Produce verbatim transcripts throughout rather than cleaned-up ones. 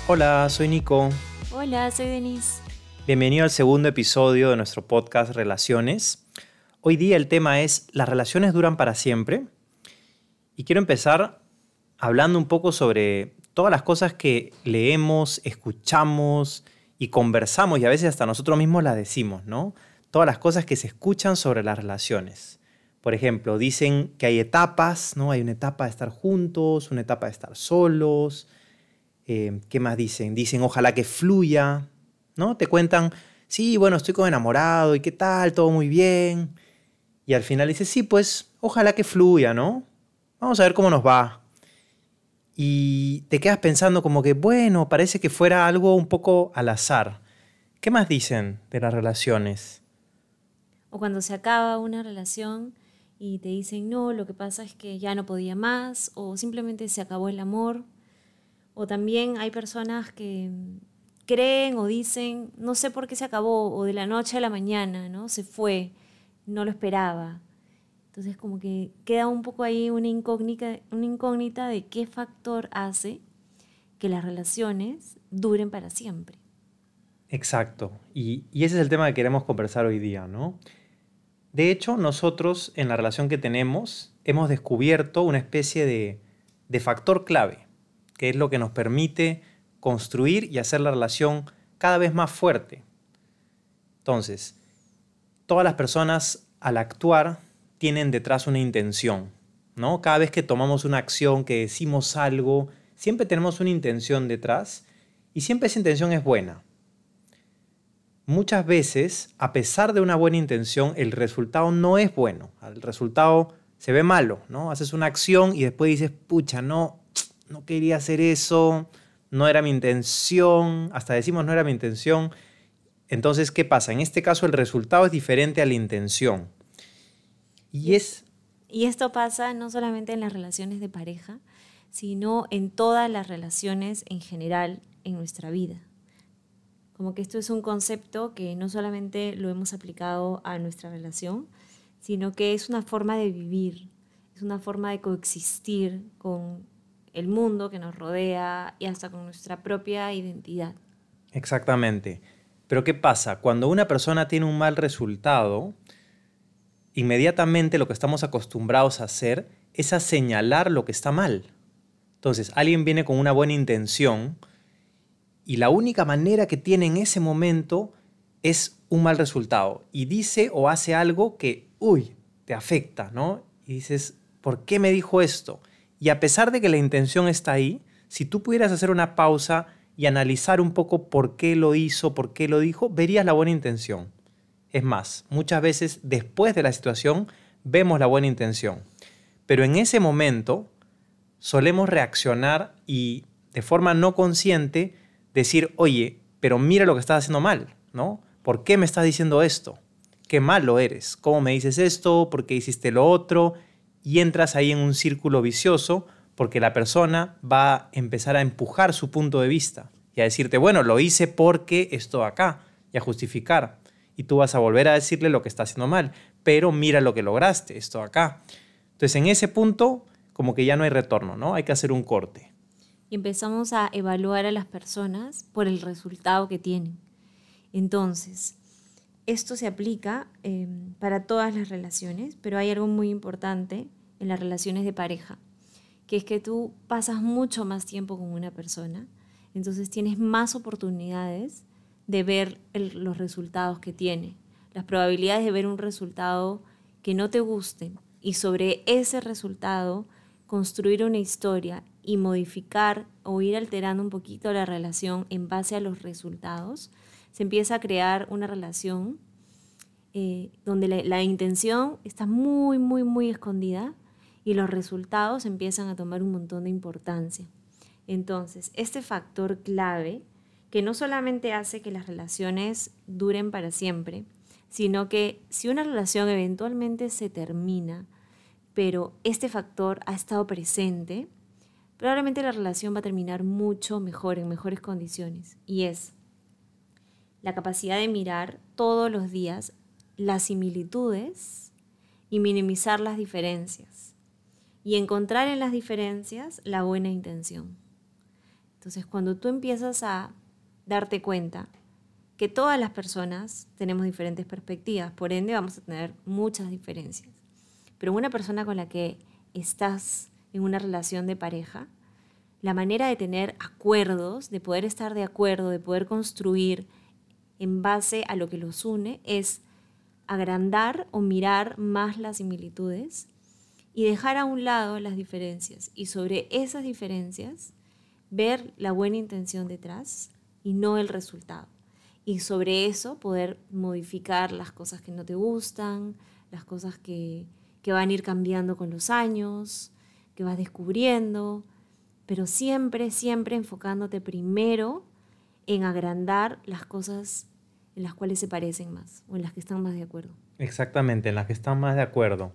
Hola, soy Nico. Hola, soy Denise. Bienvenido al segundo episodio de nuestro podcast Relaciones. Hoy día el tema es ¿las relaciones duran para siempre? Y quiero empezar hablando un poco sobre todas las cosas que leemos, escuchamos y conversamos y a veces hasta nosotros mismos las decimos, ¿no? Todas las cosas que se escuchan sobre las relaciones. Por ejemplo, dicen que hay etapas, ¿no? Hay una etapa de estar juntos, una etapa de estar solos. Eh, ¿Qué más dicen? Dicen ojalá que fluya, ¿no? Te cuentan, sí, bueno, estoy con enamorado y qué tal, todo muy bien. Y al final dices, sí, pues ojalá que fluya, ¿no? Vamos a ver cómo nos va. Y te quedas pensando como que, bueno, parece que fuera algo un poco al azar. ¿Qué más dicen de las relaciones? O cuando se acaba una relación y te dicen, no, lo que pasa es que ya no podía más, o simplemente se acabó el amor. O también hay personas que creen o dicen, no sé por qué se acabó, o de la noche a la mañana, ¿no? Se fue, no lo esperaba. Entonces como que queda un poco ahí una incógnita, una incógnita de qué factor hace que las relaciones duren para siempre. Exacto. Y, y ese es el tema que queremos conversar hoy día, ¿no? De hecho, nosotros en la relación que tenemos hemos descubierto una especie de, de factor clave, que es lo que nos permite construir y hacer la relación cada vez más fuerte. Entonces, todas las personas al actuar tienen detrás una intención, ¿no? Cada vez que tomamos una acción, que decimos algo, siempre tenemos una intención detrás y siempre esa intención es buena. Muchas veces, a pesar de una buena intención, el resultado no es bueno. El resultado se ve malo, ¿no? Haces una acción y después dices, pucha, no, no quería hacer eso, no era mi intención, hasta decimos no era mi intención. Entonces, ¿qué pasa? En este caso el resultado es diferente a la intención. Y, Y es, es, y esto pasa no solamente en las relaciones de pareja, sino en todas las relaciones en general en nuestra vida. Como que esto es un concepto que no solamente lo hemos aplicado a nuestra relación, sino que es una forma de vivir, es una forma de coexistir con el mundo que nos rodea y hasta con nuestra propia identidad. exactamente. Pero ¿qué pasa? Cuando una persona tiene un mal resultado, inmediatamente lo que estamos acostumbrados a hacer es a señalar lo que está mal. Entonces, alguien viene con una buena intención y la única manera que tiene en ese momento es un mal resultado. Y dice o hace algo que, uy, te afecta, ¿no? Y dices, ¿por qué me dijo esto? Y a pesar de que la intención está ahí, si tú pudieras hacer una pausa y analizar un poco por qué lo hizo, por qué lo dijo, verías la buena intención. Es más, muchas veces después de la situación vemos la buena intención. Pero en ese momento solemos reaccionar y de forma no consciente decir, oye, pero mira lo que estás haciendo mal, ¿no? ¿Por qué me estás diciendo esto? Qué malo eres. ¿Cómo me dices esto? ¿Por qué hiciste lo otro? Y entras ahí en un círculo vicioso porque la persona va a empezar a empujar su punto de vista y a decirte, bueno, lo hice porque esto acá, y a justificar. Y tú vas a volver a decirle lo que está haciendo mal, pero mira lo que lograste, esto acá. Entonces, en ese punto, como que ya no hay retorno, ¿no? Hay que hacer un corte. Y empezamos a evaluar a las personas por el resultado que tienen. Entonces, esto se aplica eh, para todas las relaciones, pero hay algo muy importante en las relaciones de pareja, que es que tú pasas mucho más tiempo con una persona, entonces tienes más oportunidades de ver el- los resultados que tiene. Las probabilidades de ver un resultado que no te guste y sobre ese resultado construir una historia y modificar o ir alterando un poquito la relación en base a los resultados, se empieza a crear una relación eh, donde la, la intención está muy, muy, muy escondida y los resultados empiezan a tomar un montón de importancia. Entonces, este factor clave, que no solamente hace que las relaciones duren para siempre, sino que si una relación eventualmente se termina, pero este factor ha estado presente, probablemente la relación va a terminar mucho mejor, en mejores condiciones. Y es la capacidad de mirar todos los días las similitudes y minimizar las diferencias. Y encontrar en las diferencias la buena intención. Entonces, cuando tú empiezas a darte cuenta que todas las personas tenemos diferentes perspectivas, por ende vamos a tener muchas diferencias. Pero una persona con la que estás en una relación de pareja, la manera de tener acuerdos, de poder estar de acuerdo, de poder construir en base a lo que los une, es agrandar o mirar más las similitudes y dejar a un lado las diferencias. Y sobre esas diferencias, ver la buena intención detrás y no el resultado. Y sobre eso poder modificar las cosas que no te gustan, las cosas que, que van a ir cambiando con los años, que vas descubriendo, pero siempre, siempre enfocándote primero en agrandar las cosas en las cuales se parecen más o en las que están más de acuerdo. Exactamente, en las que están más de acuerdo.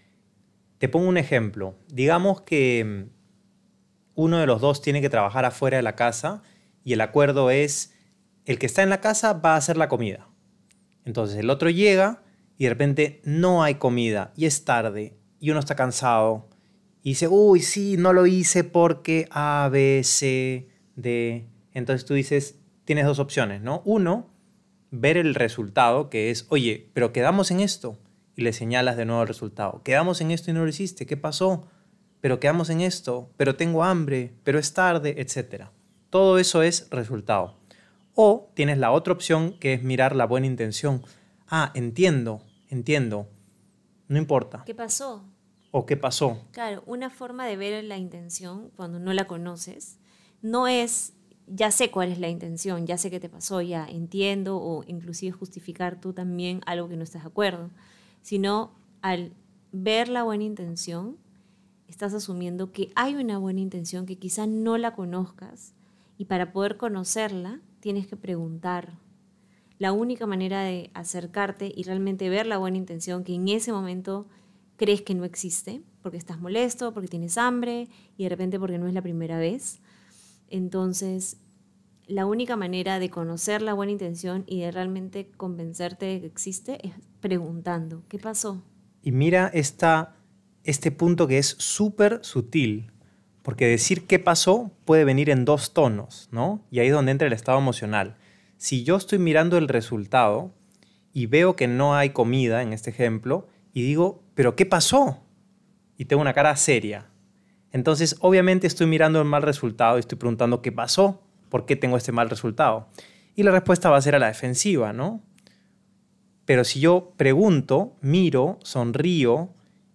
Te pongo un ejemplo. Digamos que uno de los dos tiene que trabajar afuera de la casa y el acuerdo es el que está en la casa va a hacer la comida. Entonces el otro llega y de repente no hay comida y es tarde y uno está cansado y dice, uy, sí, no lo hice porque A, B, C, D. Entonces tú dices, tienes dos opciones, ¿no? Uno, ver el resultado, que es, oye, pero quedamos en esto. Y le señalas de nuevo el resultado. Quedamos en esto y no lo hiciste. ¿Qué pasó? Pero quedamos en esto. Pero tengo hambre. Pero es tarde, etcétera. Todo eso es resultado. O tienes la otra opción, que es mirar la buena intención. Ah, entiendo, entiendo. No importa. ¿Qué pasó? ¿O qué pasó? Claro, una forma de ver la intención cuando no la conoces no es, ya sé cuál es la intención, ya sé qué te pasó, ya entiendo, o inclusive justificar tú también algo que no estás de acuerdo, sino al ver la buena intención, estás asumiendo que hay una buena intención que quizá no la conozcas y para poder conocerla tienes que preguntar. La única manera de acercarte y realmente ver la buena intención que en ese momento crees que no existe, porque estás molesto, porque tienes hambre y de repente porque no es la primera vez. Entonces, la única manera de conocer la buena intención y de realmente convencerte de que existe es preguntando, ¿qué pasó? Y mira esta, este punto que es súper sutil, porque decir qué pasó puede venir en dos tonos, ¿no? Y ahí es donde entra el estado emocional. Si yo estoy mirando el resultado y veo que no hay comida en este ejemplo, y digo, ¿pero qué pasó? Y tengo una cara seria. Entonces, obviamente estoy mirando el mal resultado y estoy preguntando, ¿qué pasó? ¿Por qué tengo este mal resultado? Y la respuesta va a ser a la defensiva, ¿no? Pero si yo pregunto, miro, sonrío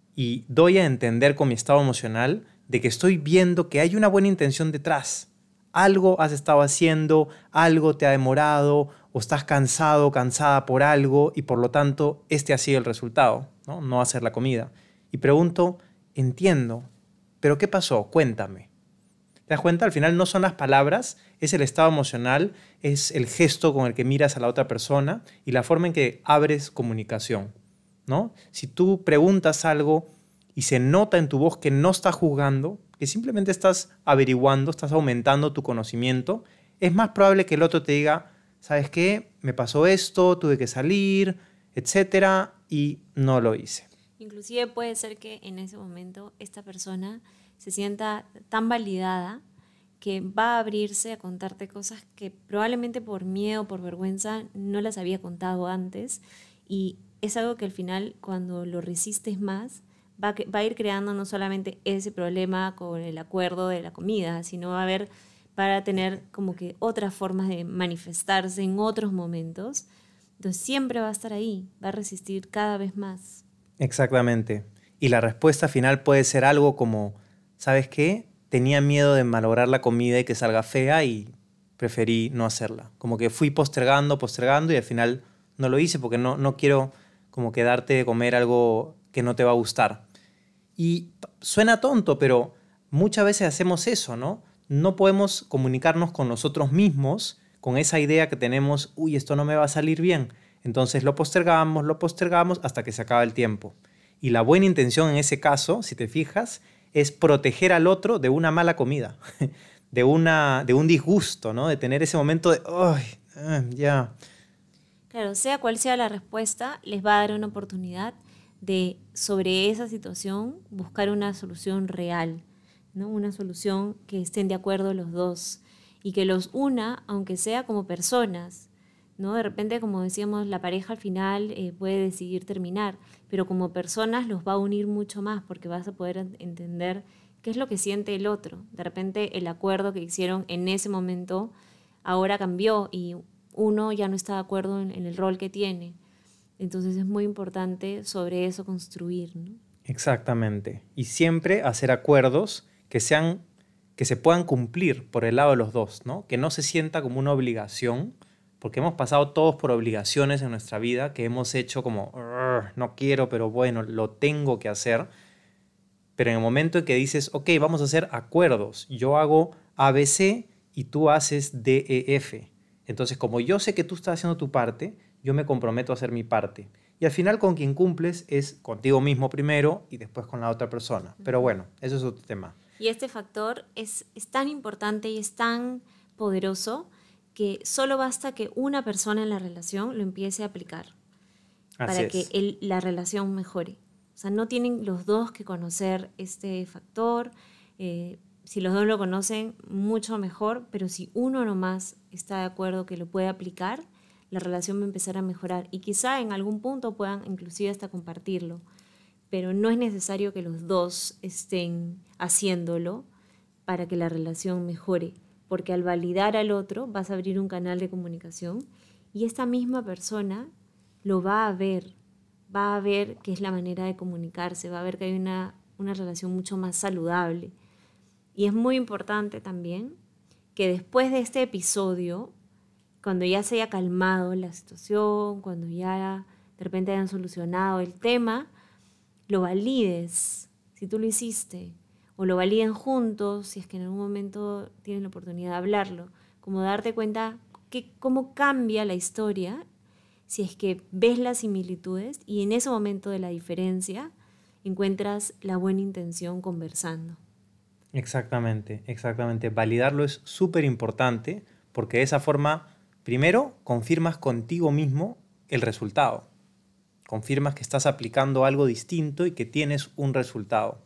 y doy a entender con mi estado emocional de que estoy viendo que hay una buena intención detrás. Algo has estado haciendo, algo te ha demorado o estás cansado, cansada por algo y por lo tanto este ha sido el resultado, ¿no? No hacer la comida. Y pregunto, entiendo, pero ¿qué pasó? Cuéntame. ¿Te das cuenta? Al final no son las palabras, es el estado emocional, es el gesto con el que miras a la otra persona y la forma en que abres comunicación, ¿no? Si tú preguntas algo y se nota en tu voz que no estás juzgando, que simplemente estás averiguando, estás aumentando tu conocimiento, es más probable que el otro te diga, ¿sabes qué? Me pasó esto, tuve que salir, etcétera, y no lo hice. Inclusive puede ser que en ese momento esta persona se sienta tan validada que va a abrirse a contarte cosas que probablemente por miedo, por vergüenza, no las había contado antes. Y es algo que al final, cuando lo resistes más, va a, va a ir creando no solamente ese problema con el acuerdo de la comida, sino va a haber para tener como que otras formas de manifestarse en otros momentos. Entonces siempre va a estar ahí, va a resistir cada vez más. Exactamente. Y la respuesta final puede ser algo como, ¿sabes qué? Tenía miedo de malograr la comida y que salga fea y preferí no hacerla. Como que fui postergando, postergando y al final no lo hice porque no, no quiero como que darte de comer algo que no te va a gustar. Y suena tonto, pero muchas veces hacemos eso, ¿no? No podemos comunicarnos con nosotros mismos con esa idea que tenemos, uy, esto no me va a salir bien. Entonces lo postergamos, lo postergamos hasta que se acaba el tiempo. Y la buena intención en ese caso, si te fijas, es proteger al otro de una mala comida, de, una, de un disgusto, ¿no? De tener ese momento de, ¡ay, ah, ya! Claro, sea cual sea la respuesta, les va a dar una oportunidad de, sobre esa situación, buscar una solución real, ¿no? Una solución que estén de acuerdo los dos. y que los una, aunque sea como personas, ¿no? De repente, como decíamos, la pareja al final eh, puede decidir terminar, pero como personas los va a unir mucho más porque vas a poder ent- entender qué es lo que siente el otro. De repente el acuerdo que hicieron en ese momento ahora cambió y uno ya no está de acuerdo en, en el rol que tiene. Entonces es muy importante sobre eso construir, ¿no? Exactamente. Y siempre hacer acuerdos que sean, que se puedan cumplir por el lado de los dos, ¿no? Que no se sienta como una obligación, porque hemos pasado todos por obligaciones en nuestra vida que hemos hecho como, "Arr, no quiero, pero bueno, lo tengo que hacer". Pero en el momento en que dices, ok, vamos a hacer acuerdos, yo hago A B C y tú haces D E F. Entonces, como yo sé que tú estás haciendo tu parte, yo me comprometo a hacer mi parte. Y al final con quien cumples es contigo mismo primero y después con la otra persona. Pero bueno, eso es otro tema. Y este factor es, es tan importante y es tan poderoso que solo basta que una persona en la relación lo empiece a aplicar Así para es. que el- la relación mejore. O sea, no tienen los dos que conocer este factor. eh, si los dos lo conocen, mucho mejor, pero si uno nomás está de acuerdo que lo puede aplicar, la relación va a empezar a mejorar y quizá en algún punto puedan inclusive hasta compartirlo, pero no es necesario que los dos estén haciéndolo para que la relación mejore, porque al validar al otro vas a abrir un canal de comunicación y esta misma persona lo va a ver, va a ver que es la manera de comunicarse, va a ver que hay una, una relación mucho más saludable. Y es muy importante también que después de este episodio, cuando ya se haya calmado la situación, cuando ya de repente hayan solucionado el tema, lo valides, si tú lo hiciste, o lo validen juntos, si es que en algún momento tienen la oportunidad de hablarlo, como darte cuenta que cómo cambia la historia si es que ves las similitudes y en ese momento de la diferencia encuentras la buena intención conversando. Exactamente, exactamente. Validarlo es súper importante porque de esa forma, primero, confirmas contigo mismo el resultado. Confirmas que estás aplicando algo distinto y que tienes un resultado.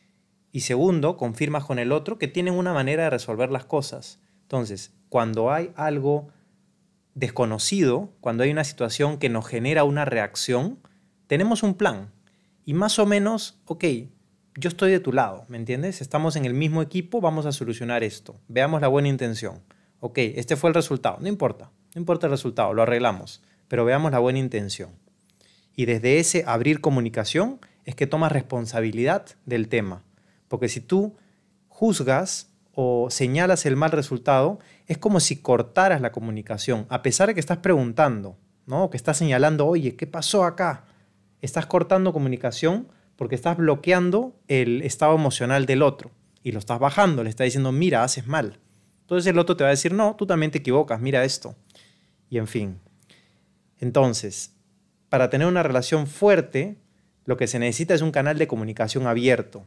Y segundo, confirmas con el otro que tienen una manera de resolver las cosas. Entonces, cuando hay algo desconocido, cuando hay una situación que nos genera una reacción, tenemos un plan. Y más o menos, ok, yo estoy de tu lado, ¿me entiendes? Estamos en el mismo equipo, vamos a solucionar esto. Veamos la buena intención. Ok, este fue el resultado, no importa, no importa el resultado, lo arreglamos, pero veamos la buena intención. Y desde ese abrir comunicación es que tomas responsabilidad del tema. Porque si tú juzgas o señalas el mal resultado, es como si cortaras la comunicación, a pesar de que estás preguntando, ¿no? Que estás señalando, oye, ¿qué pasó acá? Estás cortando comunicación porque estás bloqueando el estado emocional del otro y lo estás bajando, le estás diciendo, mira, haces mal. Entonces el otro te va a decir, no, tú también te equivocas, mira esto. Y en fin. Entonces, para tener una relación fuerte, lo que se necesita es un canal de comunicación abierto.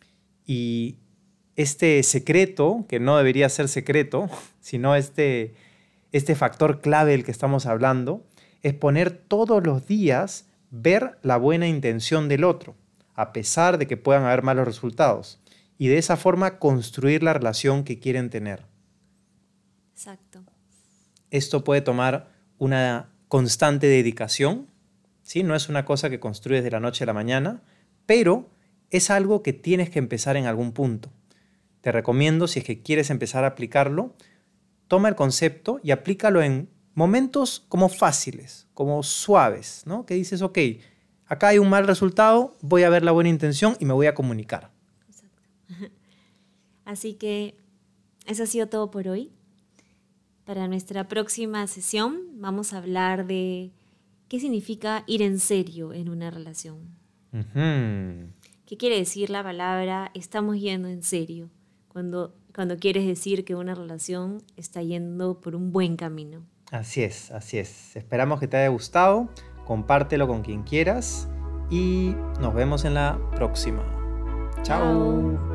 Y este secreto, que no debería ser secreto, sino este, este factor clave del que estamos hablando, es poner todos los días, ver la buena intención del otro, a pesar de que puedan haber malos resultados. Y de esa forma construir la relación que quieren tener. Exacto. Esto puede tomar una constante dedicación, ¿sí? No es una cosa que construyes de la noche a la mañana, pero es algo que tienes que empezar en algún punto. Te recomiendo, si es que quieres empezar a aplicarlo, toma el concepto y aplícalo en momentos como fáciles, como suaves, ¿no? Que dices, ok, acá hay un mal resultado, voy a ver la buena intención y me voy a comunicar. Exacto. Así que eso ha sido todo por hoy. Para nuestra próxima sesión vamos a hablar de qué significa ir en serio en una relación. Uh-huh. ¿Qué quiere decir la palabra estamos yendo en serio? Cuando, cuando quieres decir que una relación está yendo por un buen camino. Así es, así es. Esperamos que te haya gustado, compártelo con quien quieras y nos vemos en la próxima. Chao. Chao.